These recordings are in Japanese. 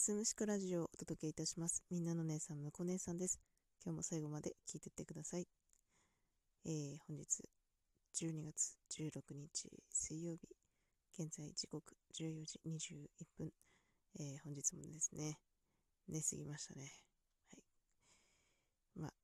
すむしかラジオをお届けいたします。みんなの姉さん、むこ姉さんです。今日も最後まで聞いてってください。本日12月16日水曜日、現在時刻14時21分、本日もですね、寝すぎましたね。はい。まあ、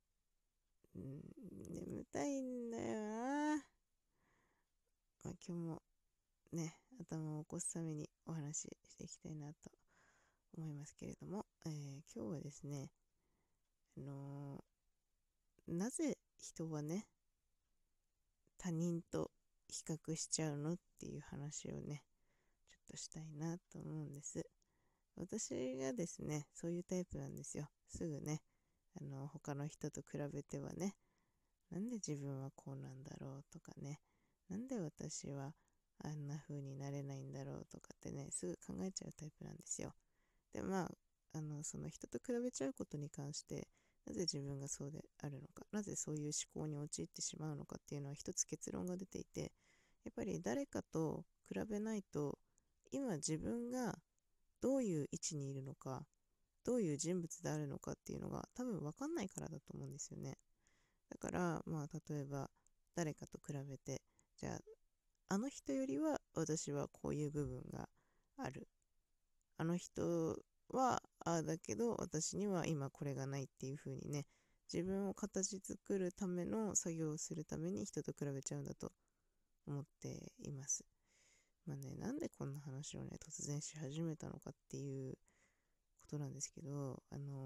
眠たいんだよな。今日もね、頭を起こすためにお話ししていきたいなと思いますけれども、今日はですね、あのなぜ人はね、他人と比較しちゃうのっていう話をね、ちょっとしたいなと思うんです。私がですね、そういうタイプなんですよ。すぐね、他の人と比べてはね、なんで自分はこうなんだろうとかね、なんで私はあんな風になれないんだろうとかってね、すぐ考えちゃうタイプなんですよ。で、その人と比べちゃうことに関して、なぜ自分がそうであるのか、なぜそういう思考に陥ってしまうのかっていうのは一つ結論が出ていて、やっぱり誰かと比べないと、今自分がどういう位置にいるのか、どういう人物であるのかっていうのが多分分かんないからだと思うんですよね。だから、例えば誰かと比べて、じゃあ、あの人よりは私はこういう部分がある。あの人はああだけど私には今これがないっていう風にね、自分を形作るための作業をするために人と比べちゃうんだと思っています。なんでこんな話をね突然し始めたのかっていうことなんですけど、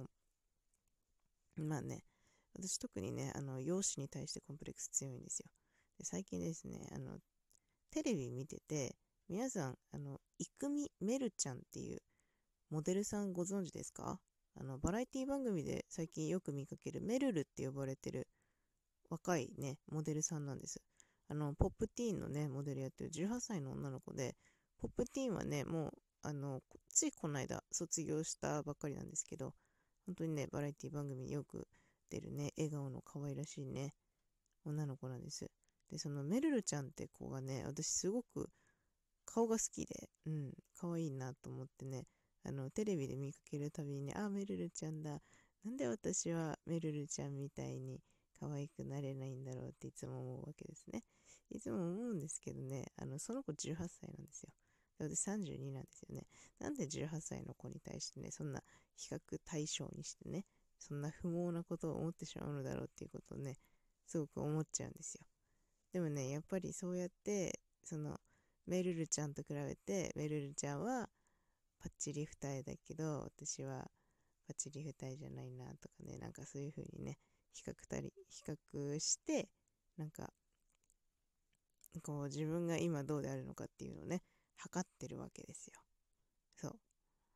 私特にね、容姿に対してコンプレックス強いんですよ。で、最近ですね、テレビ見てて、皆さんイクミメルちゃんっていうモデルさんご存知ですか？バラエティ番組で最近よく見かけるメルルって呼ばれてる若いね、モデルさんなんです。ポップティーンのね、モデルやってる18歳の女の子で、ポップティーンはね、もう、ついこの間卒業したばっかりなんですけど、本当にね、バラエティ番組によく出るね、笑顔の可愛らしいね、女の子なんです。で、そのメルルちゃんって子がね、私すごく顔が好きで、可愛いなと思ってね、テレビで見かけるたびにね、あ、メルルちゃんだ。なんで私はメルルちゃんみたいに可愛くなれないんだろうっていつも思うわけですね。いつも思うんですけどね、その子18歳なんですよ。で、私32なんですよね。なんで18歳の子に対してね、そんな比較対象にしてね、そんな不毛なことを思ってしまうのだろうっていうことをね、すごく思っちゃうんですよ。でもね、やっぱりそうやって、メルルちゃんと比べて、メルルちゃんはパッチリ二重だけど、私はパッチリ二重じゃないなとかね、なんかそういう風にね、比較して、なんか、こう自分が今どうであるのかっていうのをね、測ってるわけですよ。そう。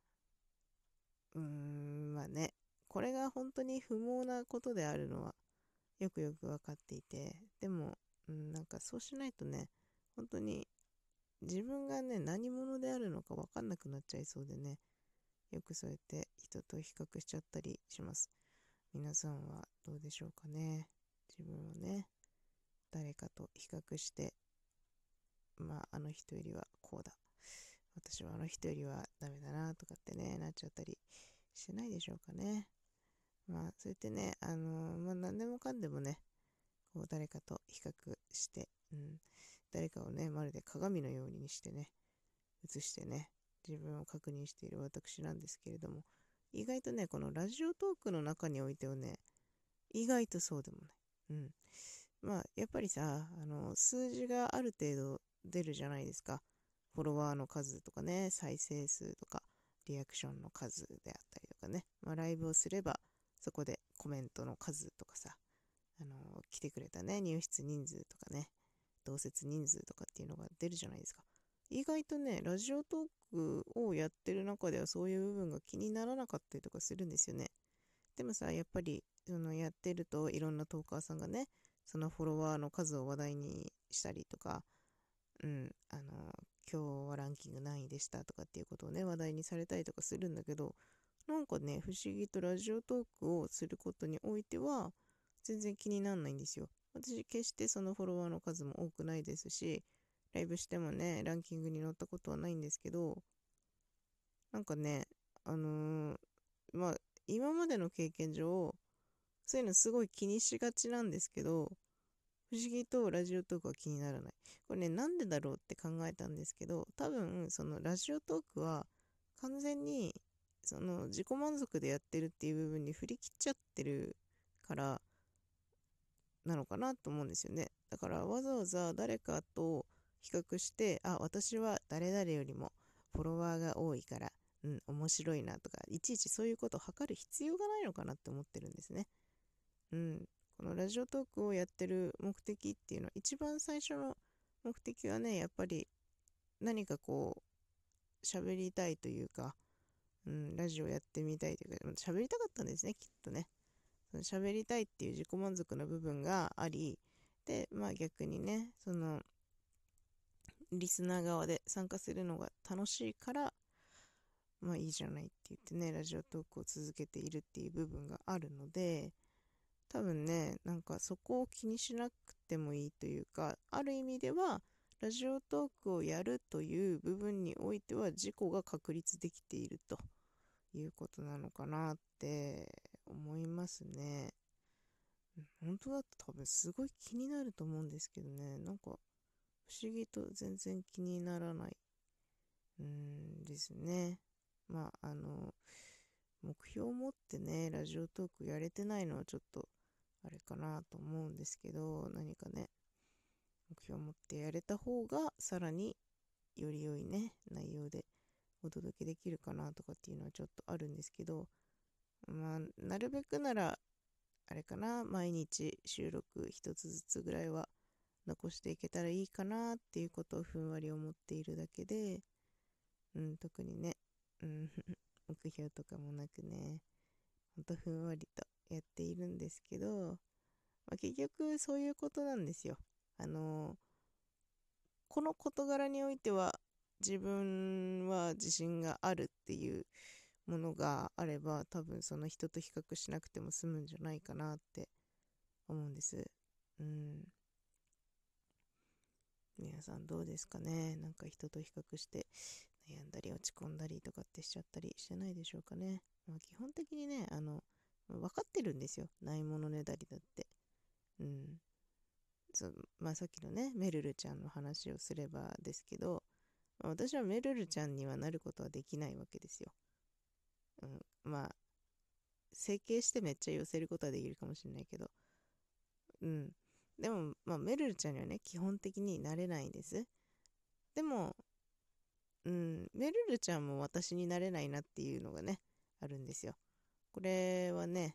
これが本当に不毛なことであるのは、よくよく分かっていて、でも、なんかそうしないとね、本当に自分がね、何者であるのか分かんなくなっちゃいそうでね、よくそうやって人と比較しちゃったりします。皆さんはどうでしょうかね。自分をね、誰かと比較して、あの人よりはこうだ。私はあの人よりはダメだなとかってね、なっちゃったりしてないでしょうかね。そうやってね、何でもかんでもね、こう誰かと比較して、誰かをね、まるで鏡のようにしてね、映してね、自分を確認している私なんですけれども、意外とね、このラジオトークの中においてはね、意外とそうでもない。うん。やっぱりさ、数字がある程度出るじゃないですか。フォロワーの数とかね、再生数とか、リアクションの数であったりとかね。ライブをすれば、そこでコメントの数とかさ、来てくれたね、入室人数とかね、同説人数とかっていうのが出るじゃないですか。意外とね、ラジオトークをやってる中ではそういう部分が気にならなかったりとかするんですよね。でもさ、やっぱり、やってるといろんなトーカーさんがね、そのフォロワーの数を話題にしたりとか、うん、今日はランキング何位でしたとかっていうことをね、話題にされたりとかするんだけど、なんかね、不思議とラジオトークをすることにおいては、全然気にならないんですよ。私、決してそのフォロワーの数も多くないですし、ライブしてもね、ランキングに載ったことはないんですけど、なんかね、 あのーまあ、今までの経験上、そういうのすごい気にしがちなんですけど、不思議とラジオトークは気にならない。これね、なんでだろうって考えたんですけど、多分、そのラジオトークは完全に、その自己満足でやってるっていう部分に振り切っちゃってるからなのかなと思うんですよね。だからわざわざ誰かと比較して、あ、私は誰々よりもフォロワーが多いから、面白いなとか、いちいちそういうことを測る必要がないのかなって思ってるんですね。うん。このラジオトークをやってる目的っていうのは、一番最初の目的はね、やっぱり何かこう、喋りたいというか、ラジオやってみたいというか、喋りたかったんですね、きっとね。その喋りたいっていう自己満足の部分があり、で、まあ逆にね、その、リスナー側で参加するのが楽しいから、まあいいじゃないって言ってね、ラジオトークを続けているっていう部分があるので、多分ね、なんかそこを気にしなくてもいいというか、ある意味では、ラジオトークをやるという部分においては自己が確立できているということなのかなって思いますね。本当だと多分すごい気になると思うんですけどね、なんか不思議と全然気にならないですね。まあ、目標を持ってね、ラジオトークやれてないのはちょっとあれかなと思うんですけど、何かね、目標を持ってやれた方がさらにより良いね、内容でお届けできるかなとかっていうのはちょっとあるんですけど、まあ、なるべくなら、あれかな、毎日収録一つずつぐらいは残していけたらいいかなっていうことをふんわり思っているだけで、特にね、うん、目標とかもなくね、ほんとふんわりとやっているんですけど、まあ、結局そういうことなんですよ。あのこの事柄においては自分は自信があるっていうものがあれば、多分その人と比較しなくても済むんじゃないかなって思うんです。うん。皆さんどうですかね。なんか人と比較して悩んだり落ち込んだりとかってしちゃったりしてないでしょうかね。まあ、基本的にね、分かってるんですよ。ないものねだりだって。うん。まあさっきのね、メルルちゃんの話をすればですけど、まあ私はメルルちゃんにはなることはできないわけですよ。まあ、整形してめっちゃ寄せることはできるかもしれないけど、うん。でも、まあ、メルルちゃんにはね、基本的になれないんです。でも、メルルちゃんも私になれないなっていうのがね、あるんですよ。これはね、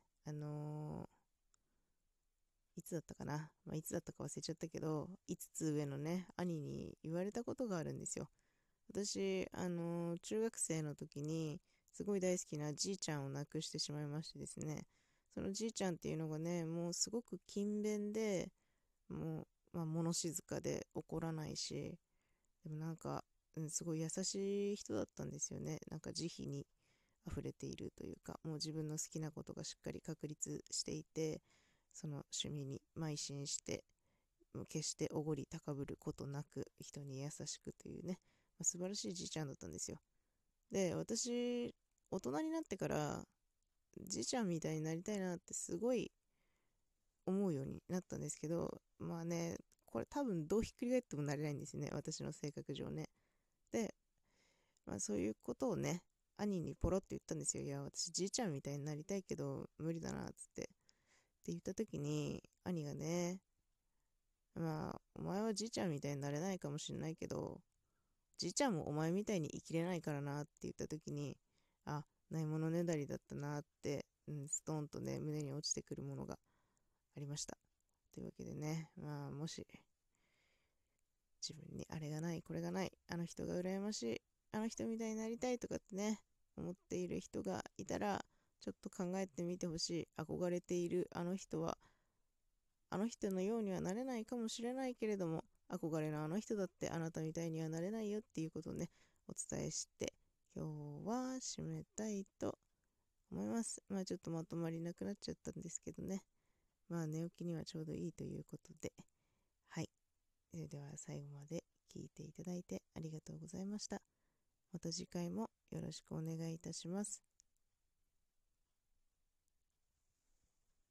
いつだったかな、まあ、いつだったか忘れちゃったけど、5つ上のね、兄に言われたことがあるんですよ。私、中学生の時に、すごい大好きなじいちゃんを亡くしてしまいましてですね、そのじいちゃんっていうのがね、もうすごく勤勉で、もう、まあ、物静かで怒らないし、でもなんか、すごい優しい人だったんですよね。なんか慈悲に溢れているというか、もう自分の好きなことがしっかり確立していて、その趣味に邁進して、もう決しておごり高ぶることなく人に優しくというね、素晴らしいじいちゃんだったんですよ。で、私、大人になってから、じいちゃんみたいになりたいなってすごい思うようになったんですけど、まあね、これ多分どうひっくり返ってもなれないんですよね、私の性格上ね。で、まあそういうことをね、兄にポロって言ったんですよ。いや、私じいちゃんみたいになりたいけど、無理だな、つって。って言った時に、兄がね、まあ、お前はじいちゃんみたいになれないかもしれないけど、じいちゃんもお前みたいに生きれないからなって言った時に、あ、ないものねだりだったなって、ストーンとね、胸に落ちてくるものがありました。というわけでね、まあ、もし、自分にあれがない、これがない、あの人が羨ましい、あの人みたいになりたいとかってね、思っている人がいたら、ちょっと考えてみてほしい。憧れているあの人は、あの人のようにはなれないかもしれないけれども、憧れのあの人だってあなたみたいにはなれないよっていうことをね、お伝えして、今日は締めたいと思います。まあちょっとまとまりなくなっちゃったんですけどね。まあ寝起きにはちょうどいいということで。はい。それでは最後まで聞いていただいてありがとうございました。 また次回もよろしくお願いいたします。